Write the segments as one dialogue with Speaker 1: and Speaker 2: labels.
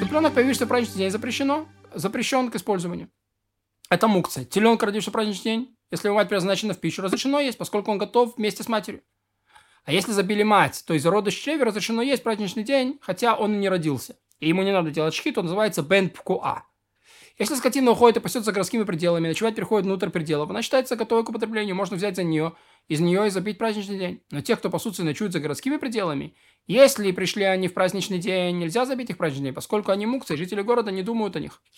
Speaker 1: Цыпленок, появившийся в праздничный день, запрещен к использованию. Это мукция. Теленок, родившийся в праздничный день, если его мать предназначена в пищу, разрешено есть, поскольку он готов вместе с матерью. А если забили мать, то из рода чрева разрешено есть в праздничный день, хотя он и не родился. И ему не надо делать шхит, он называется бен пкуа. Если скотина уходит и пасется за городскими пределами, ночевать переходит внутрь пределов, она считается готовой к употреблению, можно взять из нее и забить праздничный день. Но тех, кто пасутся и ночуют за городскими пределами, если пришли они в праздничный день, нельзя забить их в праздничный день, поскольку они мукцы, и жители города не думают о них.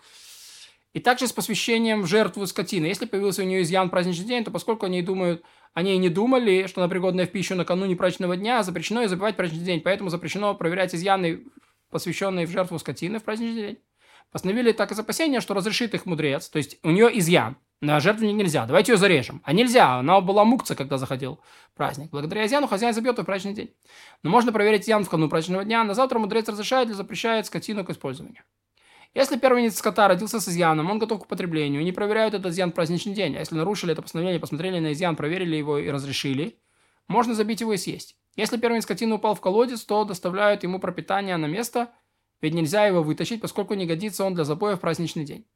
Speaker 1: И также с посвящением в жертву скотины. Если появился у нее изъян в праздничный день, то поскольку они не думали, что она пригодна в пищу накануне праздничного дня, запрещено и забивать праздничный день. Поэтому запрещено проверять изъяны, посвященные в жертву скотины в праздничный день. Постановили так из опасения, что разрешит их мудрец. То есть у нее изъян. На жертву нельзя. Давайте ее зарежем. А нельзя. Она была мукца, когда заходил праздник. Благодаря изъяну хозяин забьет ее в праздничный день. Но можно проверить изъян в канун праздничного дня. На завтра мудрец разрешает или запрещает скотину к использованию. Если первенец скота родился с изъяном, он готов к употреблению, и не проверяют этот изъян в праздничный день. А если нарушили это постановление, посмотрели на изъян, проверили его и разрешили, можно забить его и съесть. Если первенец скотины упал в колодец, то доставляют ему пропитание на место, ведь нельзя его вытащить, поскольку не годится он для забоя в праздничный день.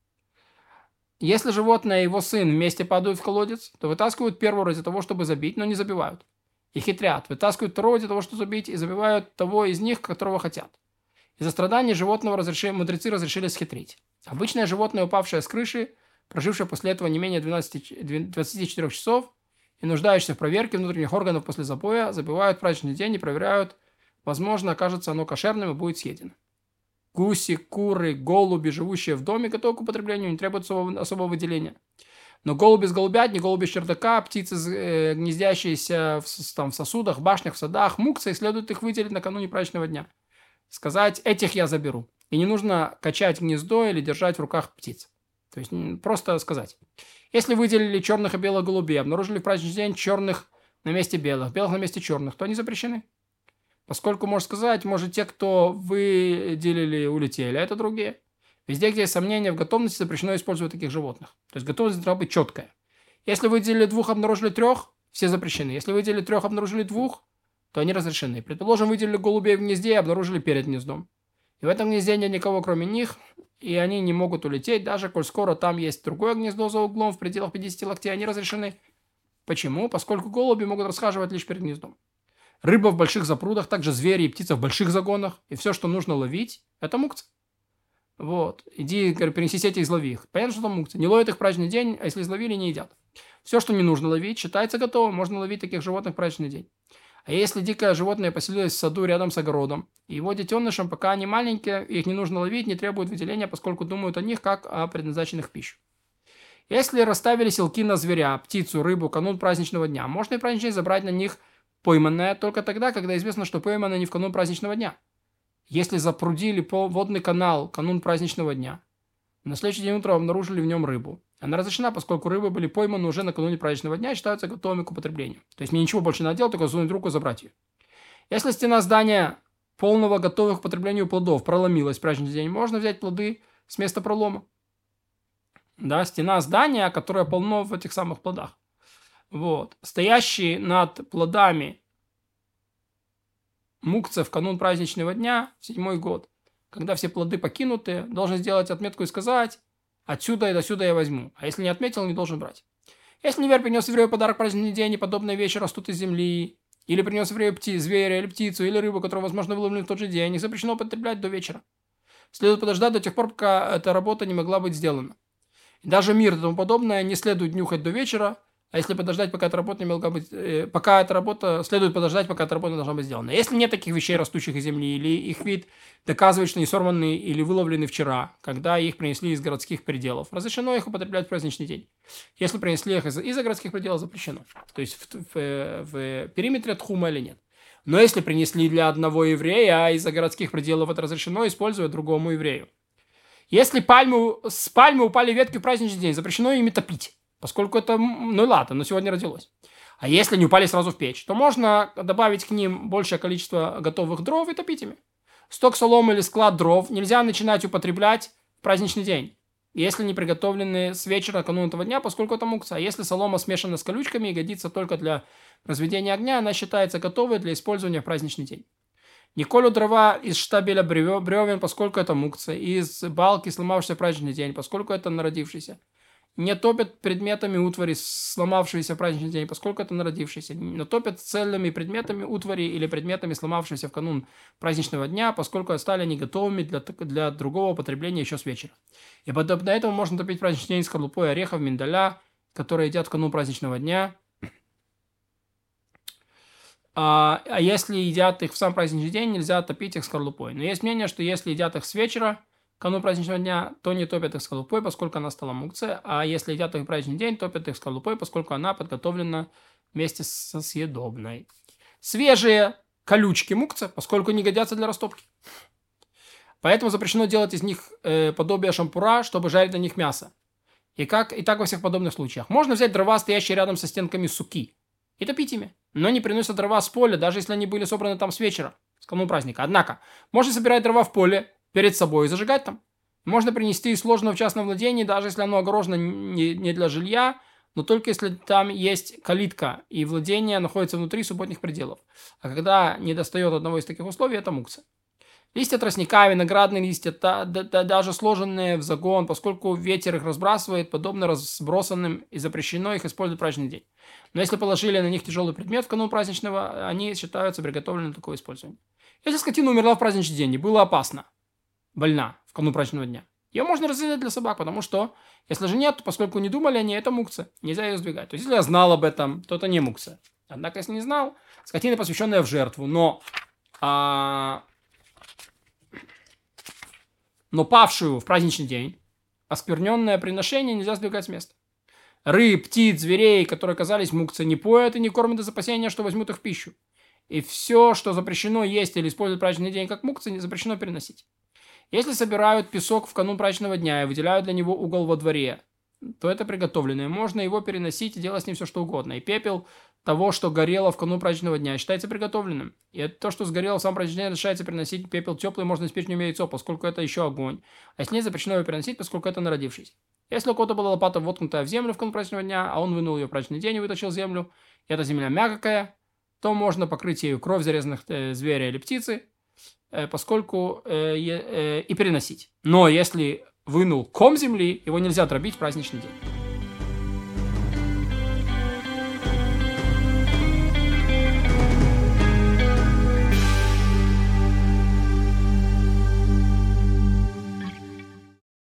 Speaker 1: Если животное и его сын вместе падают в колодец, то вытаскивают первого ради того, чтобы забить, но не забивают. И хитрят, вытаскивают второго ради того, чтобы забить, и забивают того из них, которого хотят. Из-за страданий животного мудрецы разрешили схитрить. Обычное животное, упавшее с крыши, прожившее после этого не менее 24 часов и нуждающееся в проверке внутренних органов после забоя, забивают в праздничный день и проверяют. Возможно, окажется оно кошерным и будет съедено. Гуси, куры, голуби, живущие в доме, готовы к употреблению, не требуют особого выделения. Но голуби с голубятни, голуби с чердака, птицы, гнездящиеся в сосудах, башнях, в садах, мукцы, следует их выделить накануне праздничного дня. Сказать, этих я заберу. И не нужно качать гнездо или держать в руках птиц. То есть просто сказать. Если выделили черных и белых голубей, обнаружили в праздничный день черных на месте белых на месте черных, то они запрещены. Поскольку, можно сказать, может, те, кто выделили, улетели, а это другие. Везде, где есть сомнения в готовности, запрещено использовать таких животных. То есть готовность должна быть четкая. Если выделили 2, обнаружили 3, все запрещены. Если выделили 3, обнаружили 2, то они разрешены. Предположим, выделили голубей в гнезде и обнаружили перед гнездом. И в этом гнезде нет никого, кроме них, и они не могут улететь, даже коль скоро там есть другое гнездо за углом в пределах 50 локтей, они разрешены. Почему? Поскольку голуби могут расхаживать лишь перед гнездом. Рыба в больших запрудах, также звери и птицы в больших загонах, и все, что нужно ловить, это мукция. Вот. Иди, принеси сети и излови их. Понятно, что это мукция. Не ловят их в праздничный день, а если изловили, не едят. Все, что не нужно ловить, считается готовым. Можно ловить таких животных в праздничный день. А если дикое животное поселилось в саду рядом с огородом, и его детенышам, пока они маленькие, их не нужно ловить, не требуют выделения, поскольку думают о них как о предназначенных в пищу. Если расставили селки на зверя, птицу, рыбу, канун праздничного дня, можно и праздничный день забрать на них пойманное только тогда, когда известно, что поймано не в канун праздничного дня. Если запрудили водный канал канун праздничного дня, на следующий день утром обнаружили в нем рыбу. Она разрешена, поскольку рыбы были пойманы уже накануне праздничного дня и считаются готовыми к употреблению. То есть мне ничего больше не надо делать, только сунуть руку и забрать ее. Если стена здания полного готовых к употреблению плодов проломилась в праздничный день, можно взять плоды с места пролома. Да, стена здания, которая полно в этих самых плодах. Вот. Стоящий над плодами мукца в канун праздничного дня, в 7-й год, когда все плоды покинуты, должен сделать отметку и сказать: отсюда и до сюда я возьму. А если не отметил, не должен брать. Если неверь принес еврею подарок в праздничный день, и подобные вещи растут из земли, или принес еврею зверя, или птицу, или рыбу, которую, возможно, выловили в тот же день, их запрещено употреблять до вечера. Следует подождать до тех пор, пока эта работа не могла быть сделана. И даже мир и тому подобное не следует нюхать до вечера, а если подождать, пока эта работа не могла быть, следует подождать, пока эта работа не должна быть сделана. Если нет таких вещей, растущих из земли, или их вид доказывает, что они сорваны или выловлены вчера, когда их принесли из городских пределов, разрешено их употреблять в праздничный день. Если принесли их из-за городских пределов, запрещено. То есть в периметре тхума или нет. Но если принесли для одного еврея, а из-за городских пределов это разрешено использовать другому еврею. Если с пальмы упали ветки в праздничный день, запрещено ими топить. Поскольку это, но сегодня родилось. А если они упали сразу в печь, то можно добавить к ним большее количество готовых дров и топить ими. Сток соломы или склад дров нельзя начинать употреблять в праздничный день, если не приготовлены с вечера накануне этого дня, поскольку это мукца. А если солома смешана с колючками и годится только для разведения огня, она считается готовой для использования в праздничный день. Не колют дрова из штабеля бревен, поскольку это мукция, из балки, сломавшейся в праздничный день, поскольку это народившийся. Не топят предметами утвари, сломавшиеся в праздничный день, поскольку это народившийся. Не топят цельными предметами утвари или предметами, сломавшимися в канун праздничного дня, поскольку стали они готовыми для другого употребления еще с вечера. И подобно этому можно топить праздничный день скорлупой орехов, миндаля, которые едят в канун праздничного дня. А если едят их в сам праздничный день, нельзя топить их скорлупой. Но есть мнение, что если едят их с вечера, канун праздничного дня, то не топят их скорлупой, поскольку она стала мукция, а если едят их в праздничный день, топят их скорлупой, поскольку она подготовлена вместе со съедобной. Свежие колючки мукция, поскольку не годятся для растопки. Поэтому запрещено делать из них подобие шампура, чтобы жарить на них мясо. И так во всех подобных случаях. Можно взять дрова, стоящие рядом со стенками суки, и топить ими. Но не приносят дрова с поля, даже если они были собраны там с вечера, с кануна праздника. Однако, можно собирать дрова в поле перед собой и зажигать там. Можно принести из сложного в частном владении, даже если оно огорожено не для жилья, но только если там есть калитка, и владение находится внутри субботних пределов. А когда не достает одного из таких условий, это мукция. Листья тростника, виноградные листья, даже сложенные в загон, поскольку ветер их разбрасывает, подобно разбросанным, и запрещено их использовать в праздничный день. Но если положили на них тяжелый предмет в канун праздничного, они считаются приготовлены для такого использования. Если скотина умерла в праздничный день и было опасно, больна в канун праздничного дня, ее можно разделять для собак, потому что, если же нет, то поскольку не думали они, это мукция, нельзя ее сдвигать. То есть, если я знал об этом, то это не мукция. Однако, если не знал, скотина, посвященная в жертву, но павшую в праздничный день, оскверненное приношение нельзя сдвигать с места. Рыб, птиц, зверей, которые оказались мукцией, не поят и не кормят из опасения, что возьмут их в пищу. И все, что запрещено есть или использовать в праздничный день как мукция, не запрещено переносить. Если собирают песок в канун праздничного дня и выделяют для него угол во дворе, то это приготовленное. Можно его переносить и делать с ним все, что угодно. И пепел того, что горело в канун праздничного дня, считается приготовленным. И то, что сгорело в сам праздничный день, разрешается переносить пепел теплый, можно испечь в нем яйцо, поскольку это еще огонь. А если нет, запрещено его переносить, поскольку это народившийся. Если у кого-то была лопата воткнутая в землю в канун праздничного дня, а он вынул ее в праздничный день и вытащил землю, и эта земля мягкая, то можно покрыть ею кровь зарезанных зверя или птицы, поскольку и переносить. Но если вынул ком земли, его нельзя дробить в праздничный день.